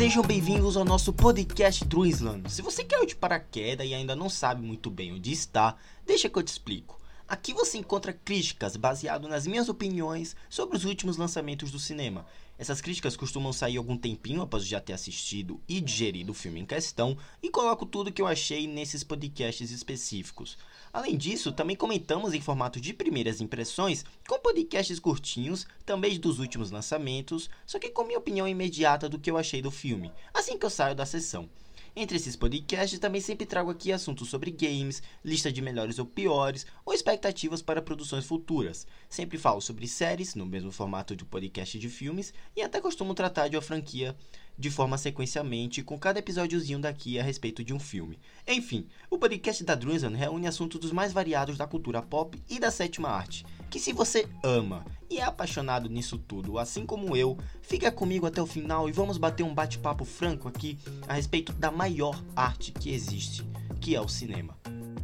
Sejam bem-vindos ao nosso podcast Dreamsland. Se você caiu de paraquedas e ainda não sabe muito bem onde está, deixa que eu te explico. Aqui você encontra críticas baseadas nas minhas opiniões sobre os últimos lançamentos do cinema. Essas críticas costumam sair algum tempinho após já ter assistido e digerido o filme em questão e coloco tudo que eu achei nesses podcasts específicos. Além disso, também comentamos em formato de primeiras impressões com podcasts curtinhos, também dos últimos lançamentos, só que com minha opinião imediata do que eu achei do filme, assim que eu saio da sessão. Entre esses podcasts também sempre trago aqui assuntos sobre games, lista de melhores ou piores, ou expectativas para produções futuras. Sempre falo sobre séries, no mesmo formato de podcast de filmes, e até costumo tratar de uma franquia de forma sequencialmente, com cada episódiozinho daqui a respeito de um filme. Enfim, o podcast da Dreamsland reúne assuntos dos mais variados da cultura pop e da sétima arte, que se você ama e é apaixonado nisso tudo, assim como eu, fica comigo até o final e vamos bater um bate-papo franco aqui a respeito da maior arte que existe, que é o cinema.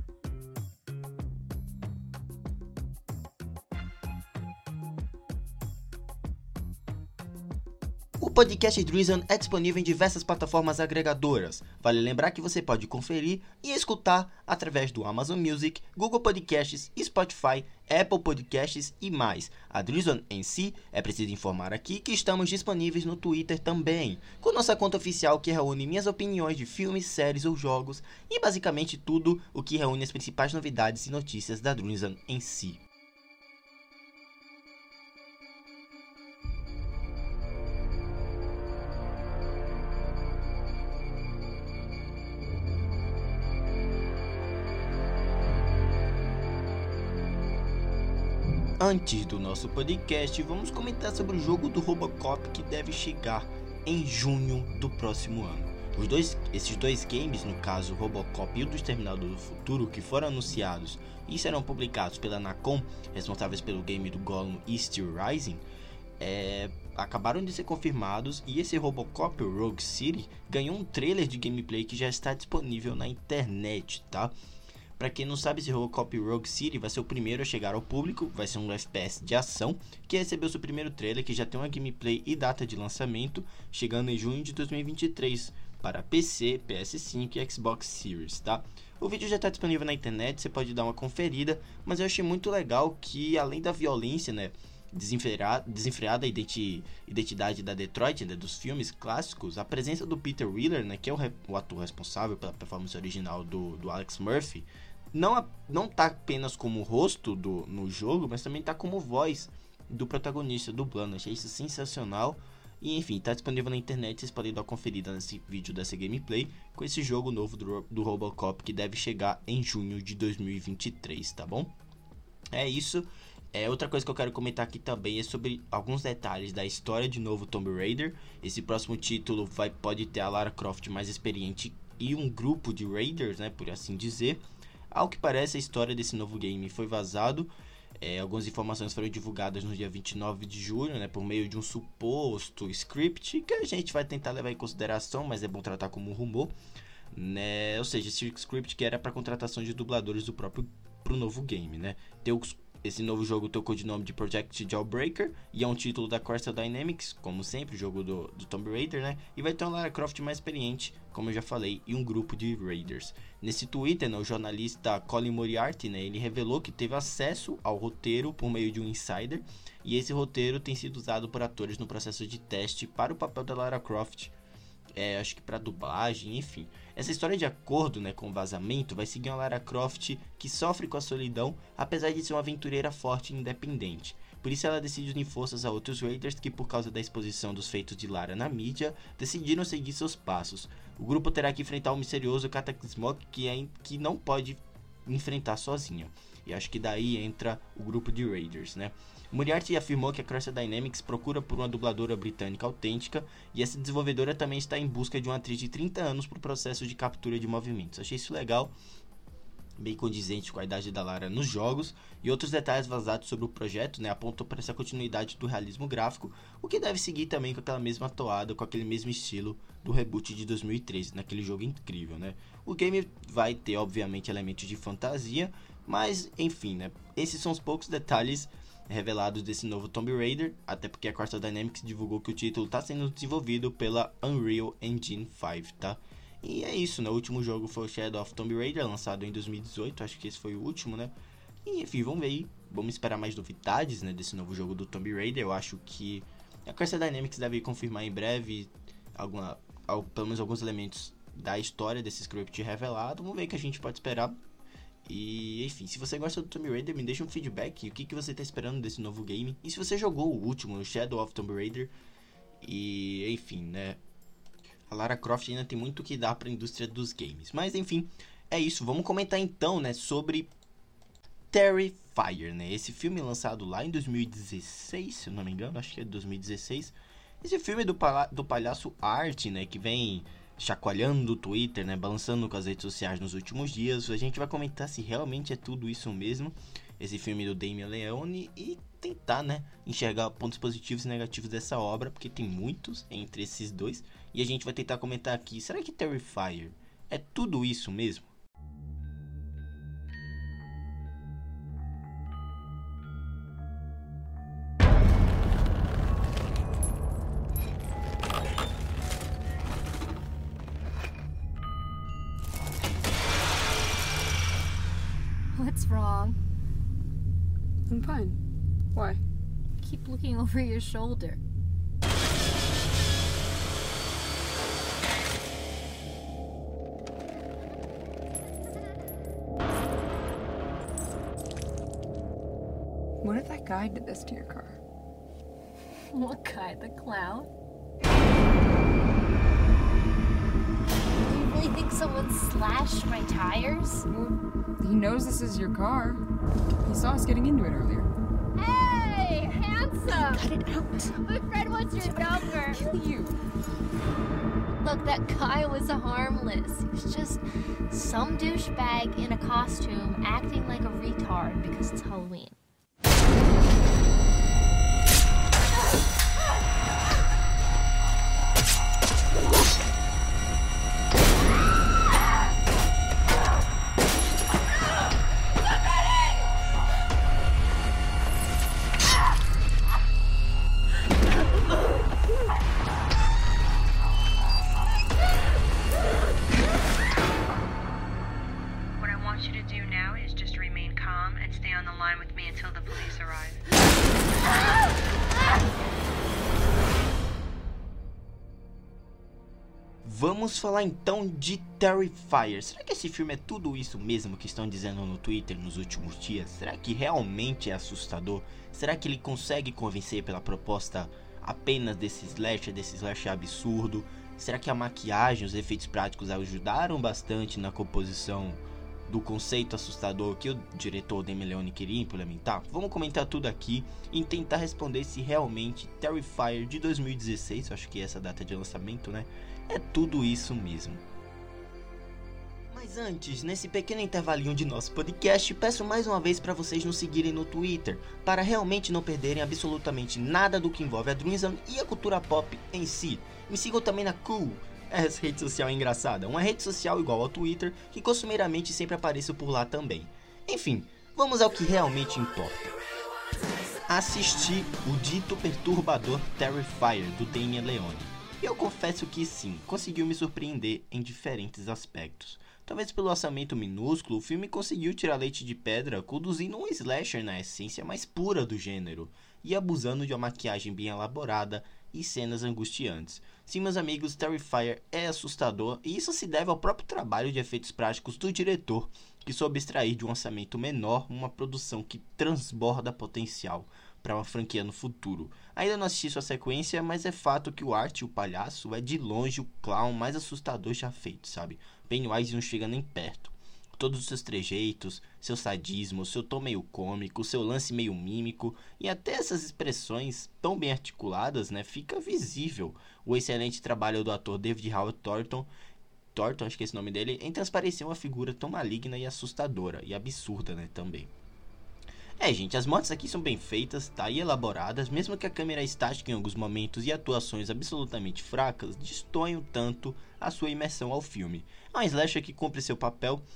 O podcast Dreamsland é disponível em diversas plataformas agregadoras. Vale lembrar que você pode conferir e escutar através do Amazon Music, Google Podcasts, Spotify, Apple Podcasts e mais. A Dreamsland em si, é preciso informar aqui que estamos disponíveis no Twitter também, com nossa conta oficial que reúne minhas opiniões de filmes, séries ou jogos e basicamente tudo o que reúne as principais novidades e notícias da Dreamsland em si. Antes do nosso podcast, vamos comentar sobre o jogo do Robocop que deve chegar em junho do próximo ano. Esses dois games, no caso o Robocop e o do Exterminador do Futuro, que foram anunciados e serão publicados pela Nacon, responsáveis pelo game do Gollum e Steel Rising, acabaram de ser confirmados, e esse Robocop, o Rogue City, ganhou um trailer de gameplay que já está disponível na internet, tá? Pra quem não sabe, esse Robocop Rogue City vai ser o primeiro a chegar ao público, vai ser um FPS de ação, que recebeu seu primeiro trailer, que já tem uma gameplay e data de lançamento, chegando em junho de 2023, para PC, PS5 e Xbox Series, tá? O vídeo já está disponível na internet, você pode dar uma conferida, mas eu achei muito legal que, além da violência, né, desenfreada identidade da Detroit, né, dos filmes clássicos, a presença do Peter Wheeler, né, que é o ator responsável pela performance original do Alex Murphy, não tá apenas como rosto no jogo, mas também tá como voz do protagonista, dublando. Achei isso sensacional. E enfim, tá disponível na internet, vocês podem dar uma conferida nesse vídeo dessa gameplay com esse jogo novo do Robocop que deve chegar em junho de 2023, tá bom? É isso. Outra coisa que eu quero comentar aqui também é sobre alguns detalhes da história de novo Tomb Raider. Esse próximo título pode ter a Lara Croft mais experiente e um grupo de Raiders, né, por assim dizer. Ao que parece, a história desse novo game foi vazado. Algumas informações foram divulgadas no dia 29 de julho, né, por meio de um suposto script que a gente vai tentar levar em consideração, mas é bom tratar como um rumor, né? Ou seja, esse script que era para contratação de dubladores pro novo game, né? Esse novo jogo tem o codinome de Project Jawbreaker e é um título da Crystal Dynamics, como sempre, o jogo do Tomb Raider, né? E vai ter uma Lara Croft mais experiente, como eu já falei, e um grupo de Raiders. Nesse Twitter, né, o jornalista Colin Moriarty, né, ele revelou que teve acesso ao roteiro por meio de um insider, e esse roteiro tem sido usado por atores no processo de teste para o papel da Lara Croft. Acho que para dublagem, enfim. Essa história, de acordo, né, com o vazamento, vai seguir uma Lara Croft que sofre com a solidão, apesar de ser uma aventureira forte e independente. Por isso ela decide unir forças a outros Raiders que, por causa da exposição dos feitos de Lara na mídia, decidiram seguir seus passos. O grupo terá que enfrentar um misterioso Cataclysmok que não pode enfrentar sozinha. E acho que daí entra o grupo de Raiders, né? Moriarty afirmou que a Crystal Dynamics procura por uma dubladora britânica autêntica, e essa desenvolvedora também está em busca de uma atriz de 30 anos para o processo de captura de movimentos. Achei isso legal, bem condizente com a idade da Lara nos jogos, e outros detalhes vazados sobre o projeto, né, apontam para essa continuidade do realismo gráfico, o que deve seguir também com aquela mesma toada, com aquele mesmo estilo do reboot de 2013, naquele jogo incrível, né? O game vai ter, obviamente, elementos de fantasia, mas, enfim, né, esses são os poucos detalhes revelados desse novo Tomb Raider, até porque a Crystal Dynamics divulgou que o título está sendo desenvolvido pela Unreal Engine 5, tá? E é isso, né? O último jogo foi o Shadow of Tomb Raider, lançado em 2018, acho que esse foi o último, né? E enfim, vamos ver aí, vamos esperar mais novidades, né, desse novo jogo do Tomb Raider. Eu acho que a Crystal Dynamics deve confirmar em breve pelo menos alguns elementos da história desse script revelado. Vamos ver o que a gente pode esperar. E enfim, se você gosta do Tomb Raider, me deixa um feedback, o que você está esperando desse novo game. E se você jogou o último, o Shadow of Tomb Raider. E enfim, né, a Lara Croft ainda tem muito o que dar para a indústria dos games. Mas enfim, é isso, vamos comentar então, né, sobre Terrifier, né, esse filme lançado lá em 2016, se eu não me engano, acho que é 2016. Esse filme do palhaço Art, né, que vem chacoalhando o Twitter, né, balançando com as redes sociais nos últimos dias. A gente vai comentar se realmente é tudo isso mesmo, esse filme do Damien Leone, e tentar, né, enxergar pontos positivos e negativos dessa obra, porque tem muitos entre esses dois, e a gente vai tentar comentar aqui, será que Terrifier é tudo isso mesmo? What's wrong? I'm fine. Why? Keep looking over your shoulder. What if that guy did this to your car? What guy? The clown? You really think someone slashed my tires? Well, he knows this is your car. He saw us getting into it earlier. Hey, handsome! Cut it out. My friend wants your number. Kill you. Look, that guy was harmless. He was just some douchebag in a costume acting like a retard because it's Halloween. Vamos falar então de Terrifier. Será que esse filme é tudo isso mesmo que estão dizendo no Twitter nos últimos dias? Será que realmente é assustador? Será que ele consegue convencer pela proposta apenas desse slasher absurdo? Será que a maquiagem, os efeitos práticos ajudaram bastante na composição do conceito assustador que o diretor Damien Leone queria implementar? Vamos comentar tudo aqui e tentar responder se realmente Terrifier de 2016, eu acho que é essa data de lançamento, né, é tudo isso mesmo. Mas antes, nesse pequeno intervalinho de nosso podcast, peço mais uma vez para vocês nos seguirem no Twitter, para realmente não perderem absolutamente nada do que envolve a Dreamzone e a cultura pop em si. Me sigam também na Cool, essa rede social engraçada, uma rede social igual ao Twitter, que costumeiramente sempre apareço por lá também. Enfim, vamos ao que realmente importa. Assisti o dito perturbador Terrifier, do Damien Leone. E eu confesso que sim, conseguiu me surpreender em diferentes aspectos. Talvez pelo orçamento minúsculo, o filme conseguiu tirar leite de pedra, conduzindo um slasher na essência mais pura do gênero, e abusando de uma maquiagem bem elaborada e cenas angustiantes. Sim, meus amigos, Terrifier é assustador, e isso se deve ao próprio trabalho de efeitos práticos do diretor, que soube extrair de um orçamento menor uma produção que transborda potencial para uma franquia no futuro. Ainda não assisti sua sequência, mas é fato que o Art, o palhaço, é de longe o clown mais assustador já feito, sabe? Pennywise não chega nem perto. Todos os seus trejeitos, seu sadismo, seu tom meio cômico, seu lance meio mímico e até essas expressões tão bem articuladas, né? Fica visível o excelente trabalho do ator David Howard Thornton, acho que é esse o nome dele, em transparecer uma figura tão maligna e assustadora e absurda, né? Também. Gente, as mortes aqui são bem feitas, tá? E elaboradas, mesmo que a câmera estática em alguns momentos e atuações absolutamente fracas destoem tanto a sua imersão ao filme. É um slasher que cumpre seu papel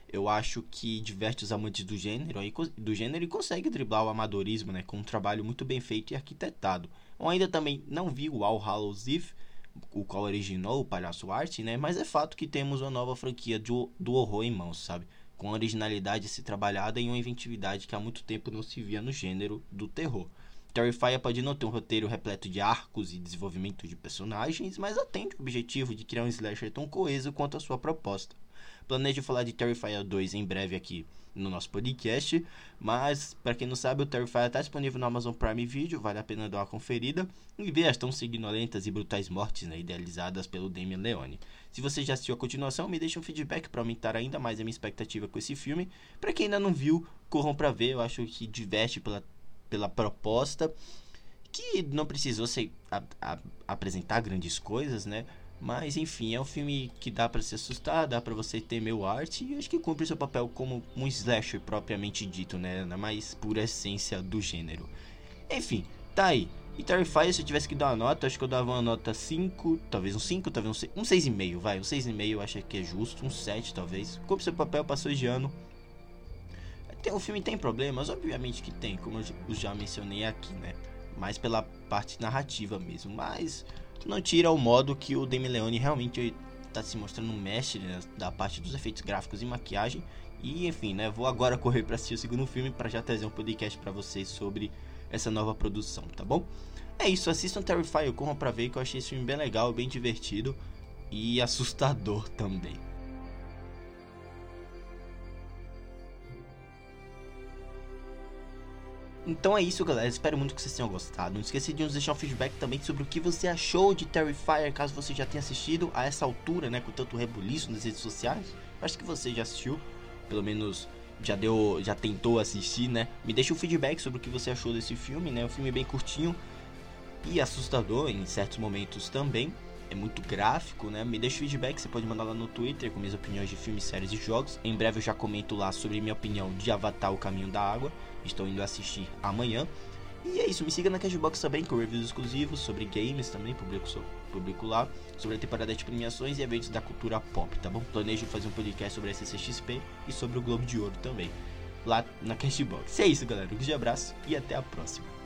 eu acho que diverte os amantes do gênero e consegue driblar o amadorismo, né, com um trabalho muito bem feito e arquitetado. Eu ainda também não vi o All Hallows Eve, o qual originou o Palhaço Art, né, mas é fato que temos uma nova franquia do horror em mãos, sabe? Com originalidade a ser trabalhada e uma inventividade que há muito tempo não se via no gênero do terror. Terrifier pode não ter um roteiro repleto de arcos e desenvolvimento de personagens, mas atende o objetivo de criar um slasher tão coeso quanto a sua proposta. Planejo falar de Terrifier 2 em breve aqui no nosso podcast, mas para quem não sabe, o Terrifier está disponível no Amazon Prime Video, vale a pena dar uma conferida e ver as tão sanguinolentas e brutais mortes, né, idealizadas pelo Damien Leone. Se você já assistiu a continuação, me deixa um feedback para aumentar ainda mais a minha expectativa com esse filme. Para quem ainda não viu, corram para ver, eu acho que diverte pela proposta, que não precisou apresentar grandes coisas, né? Mas enfim, é um filme que dá pra se assustar, dá pra você ter meio arte e acho que cumpre seu papel como um slasher propriamente dito, né? Na mais pura essência do gênero. Enfim, tá aí. E Terrifier, se eu tivesse que dar uma nota, acho que eu dava uma nota 5, talvez um 5, talvez um 6,5, vai. Um 6,5 eu acho que é justo, um 7 talvez. Cumpre seu papel, passou de ano. O filme tem problemas? Obviamente que tem, como eu já mencionei aqui, né? Mais pela parte narrativa mesmo, mas não tira o modo que o Damien Leone realmente está se mostrando um mestre, né, da parte dos efeitos gráficos e maquiagem. E enfim, né, vou agora correr para assistir o segundo filme para já trazer um podcast para vocês sobre essa nova produção, tá bom? É isso, assistam Terrifier, corram para ver, que eu achei esse filme bem legal, bem divertido e assustador também. Então é isso, galera, espero muito que vocês tenham gostado. Não esqueça de nos deixar um feedback também sobre o que você achou de Terrifier, caso você já tenha assistido a essa altura, né, com tanto rebuliço nas redes sociais. Acho que você já assistiu, pelo menos já tentou assistir, né. Me deixa um feedback sobre o que você achou desse filme, né, um filme bem curtinho e assustador em certos momentos também. É muito gráfico, né? Me deixa o feedback, você pode mandar lá no Twitter com minhas opiniões de filmes, séries e jogos. Em breve eu já comento lá sobre minha opinião de Avatar, O Caminho da Água. Estou indo assistir amanhã. E é isso, me siga na Cashbox também, com reviews exclusivos sobre games também, publico lá, sobre a temporada de premiações e eventos da cultura pop, tá bom? Planejo fazer um podcast sobre a CCXP e sobre o Globo de Ouro também, lá na Cashbox. E é isso, galera, um grande abraço e até a próxima.